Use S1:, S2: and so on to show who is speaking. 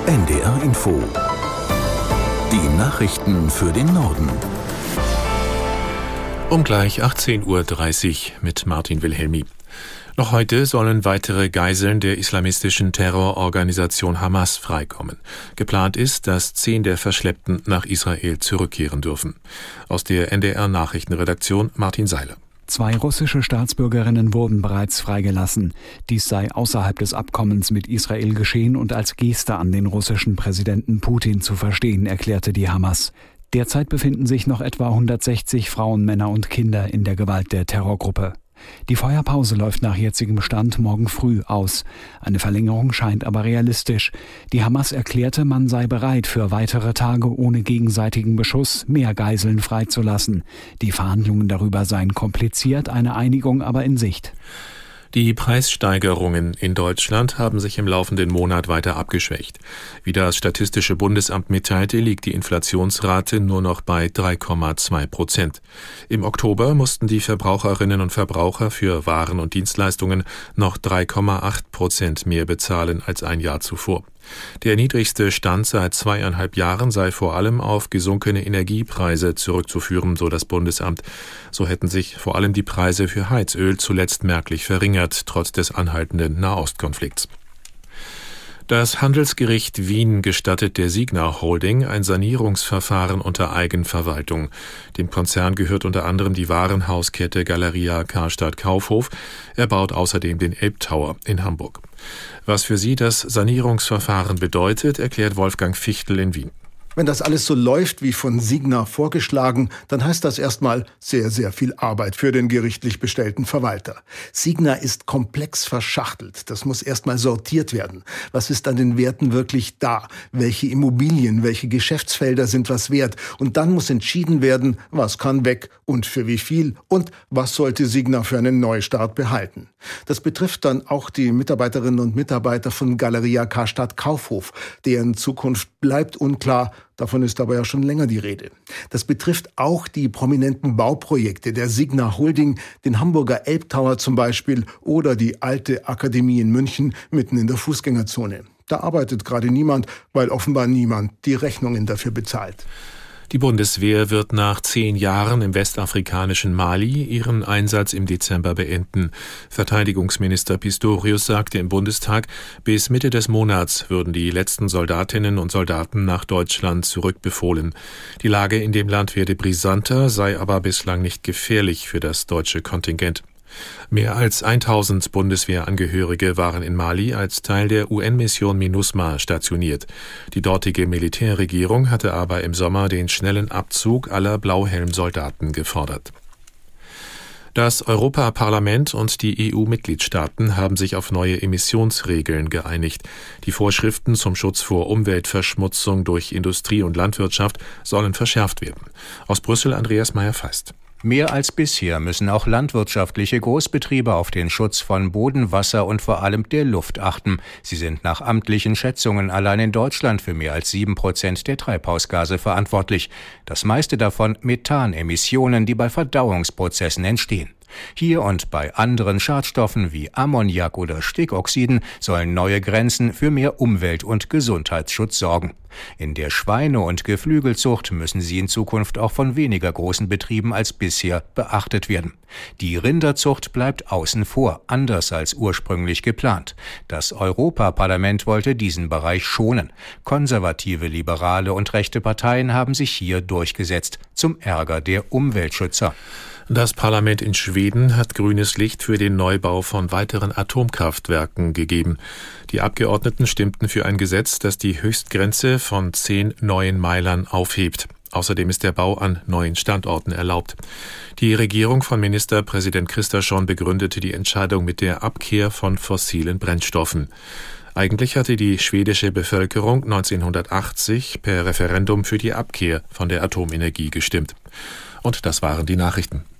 S1: NDR Info. Die Nachrichten für den Norden.
S2: Um gleich 18:30 Uhr mit Martin Wilhelmi. Noch heute sollen weitere Geiseln der islamistischen Terrororganisation Hamas freikommen. Geplant ist, dass 10 der Verschleppten nach Israel zurückkehren dürfen. Aus der NDR-Nachrichtenredaktion Martin Seiler.
S3: 2 russische Staatsbürgerinnen wurden bereits freigelassen. Dies sei außerhalb des Abkommens mit Israel geschehen und als Geste an den russischen Präsidenten Putin zu verstehen, erklärte die Hamas. Derzeit befinden sich noch etwa 160 Frauen, Männer und Kinder in der Gewalt der Terrorgruppe. Die Feuerpause läuft nach jetzigem Stand morgen früh aus. Eine Verlängerung scheint aber realistisch. Die Hamas erklärte, man sei bereit, für weitere Tage ohne gegenseitigen Beschuss mehr Geiseln freizulassen. Die Verhandlungen darüber seien kompliziert, eine Einigung aber in Sicht.
S2: Die Preissteigerungen in Deutschland haben sich im laufenden Monat weiter abgeschwächt. Wie das Statistische Bundesamt mitteilte, liegt die Inflationsrate nur noch bei 3,2%. Im Oktober mussten die Verbraucherinnen und Verbraucher für Waren und Dienstleistungen noch 3,8% mehr bezahlen als ein Jahr zuvor. Der niedrigste Stand seit 2,5 Jahren sei vor allem auf gesunkene Energiepreise zurückzuführen, so das Bundesamt. So hätten sich vor allem die Preise für Heizöl zuletzt merklich verringert, trotz des anhaltenden Nahostkonflikts. Das Handelsgericht Wien gestattet der Signa Holding ein Sanierungsverfahren unter Eigenverwaltung. Dem Konzern gehört unter anderem die Warenhauskette Galeria Karstadt Kaufhof. Er baut außerdem den Elbtower in Hamburg. Was für sie das Sanierungsverfahren bedeutet, erklärt Wolfgang Fichtel in Wien.
S4: Wenn das alles so läuft wie von Signa vorgeschlagen, dann heißt das erstmal sehr, sehr viel Arbeit für den gerichtlich bestellten Verwalter. Signa ist komplex verschachtelt. Das muss erstmal sortiert werden. Was ist an den Werten wirklich da? Welche Immobilien, welche Geschäftsfelder sind was wert? Und dann muss entschieden werden, was kann weg und für wie viel und was sollte Signa für einen Neustart behalten. Das betrifft dann auch die Mitarbeiterinnen und Mitarbeiter von Galeria Karstadt Kaufhof. Deren Zukunft bleibt unklar. Davon ist aber ja schon länger die Rede. Das betrifft auch die prominenten Bauprojekte der Signa Holding, den Hamburger Elbtower zum Beispiel oder die Alte Akademie in München mitten in der Fußgängerzone. Da arbeitet gerade niemand, weil offenbar niemand die Rechnungen dafür bezahlt.
S2: Die Bundeswehr wird nach 10 Jahren im westafrikanischen Mali ihren Einsatz im Dezember beenden. Verteidigungsminister Pistorius sagte im Bundestag, bis Mitte des Monats würden die letzten Soldatinnen und Soldaten nach Deutschland zurückbefohlen. Die Lage in dem Land werde brisanter, sei aber bislang nicht gefährlich für das deutsche Kontingent. Mehr als 1000 Bundeswehrangehörige waren in Mali als Teil der UN-Mission MINUSMA stationiert. Die dortige Militärregierung hatte aber im Sommer den schnellen Abzug aller Blauhelmsoldaten gefordert. Das Europaparlament und die EU-Mitgliedstaaten haben sich auf neue Emissionsregeln geeinigt. Die Vorschriften zum Schutz vor Umweltverschmutzung durch Industrie und Landwirtschaft sollen verschärft werden. Aus Brüssel Andreas Meyer-Feist.
S5: Mehr als bisher müssen auch landwirtschaftliche Großbetriebe auf den Schutz von Boden, Wasser und vor allem der Luft achten. Sie sind nach amtlichen Schätzungen allein in Deutschland für mehr als 7% der Treibhausgase verantwortlich. Das meiste davon Methanemissionen, die bei Verdauungsprozessen entstehen. Hier und bei anderen Schadstoffen wie Ammoniak oder Stickoxiden sollen neue Grenzen für mehr Umwelt- und Gesundheitsschutz sorgen. In der Schweine- und Geflügelzucht müssen sie in Zukunft auch von weniger großen Betrieben als bisher beachtet werden. Die Rinderzucht bleibt außen vor, anders als ursprünglich geplant. Das Europaparlament wollte diesen Bereich schonen. Konservative, liberale und rechte Parteien haben sich hier durchgesetzt, zum Ärger der Umweltschützer.
S2: Das Parlament in Schweden hat grünes Licht für den Neubau von weiteren Atomkraftwerken gegeben. Die Abgeordneten stimmten für ein Gesetz, das die Höchstgrenze von 10 neuen Meilern aufhebt. Außerdem ist der Bau an neuen Standorten erlaubt. Die Regierung von Ministerpräsident Kristersson begründete die Entscheidung mit der Abkehr von fossilen Brennstoffen. Eigentlich hatte die schwedische Bevölkerung 1980 per Referendum für die Abkehr von der Atomenergie gestimmt. Und das waren die Nachrichten.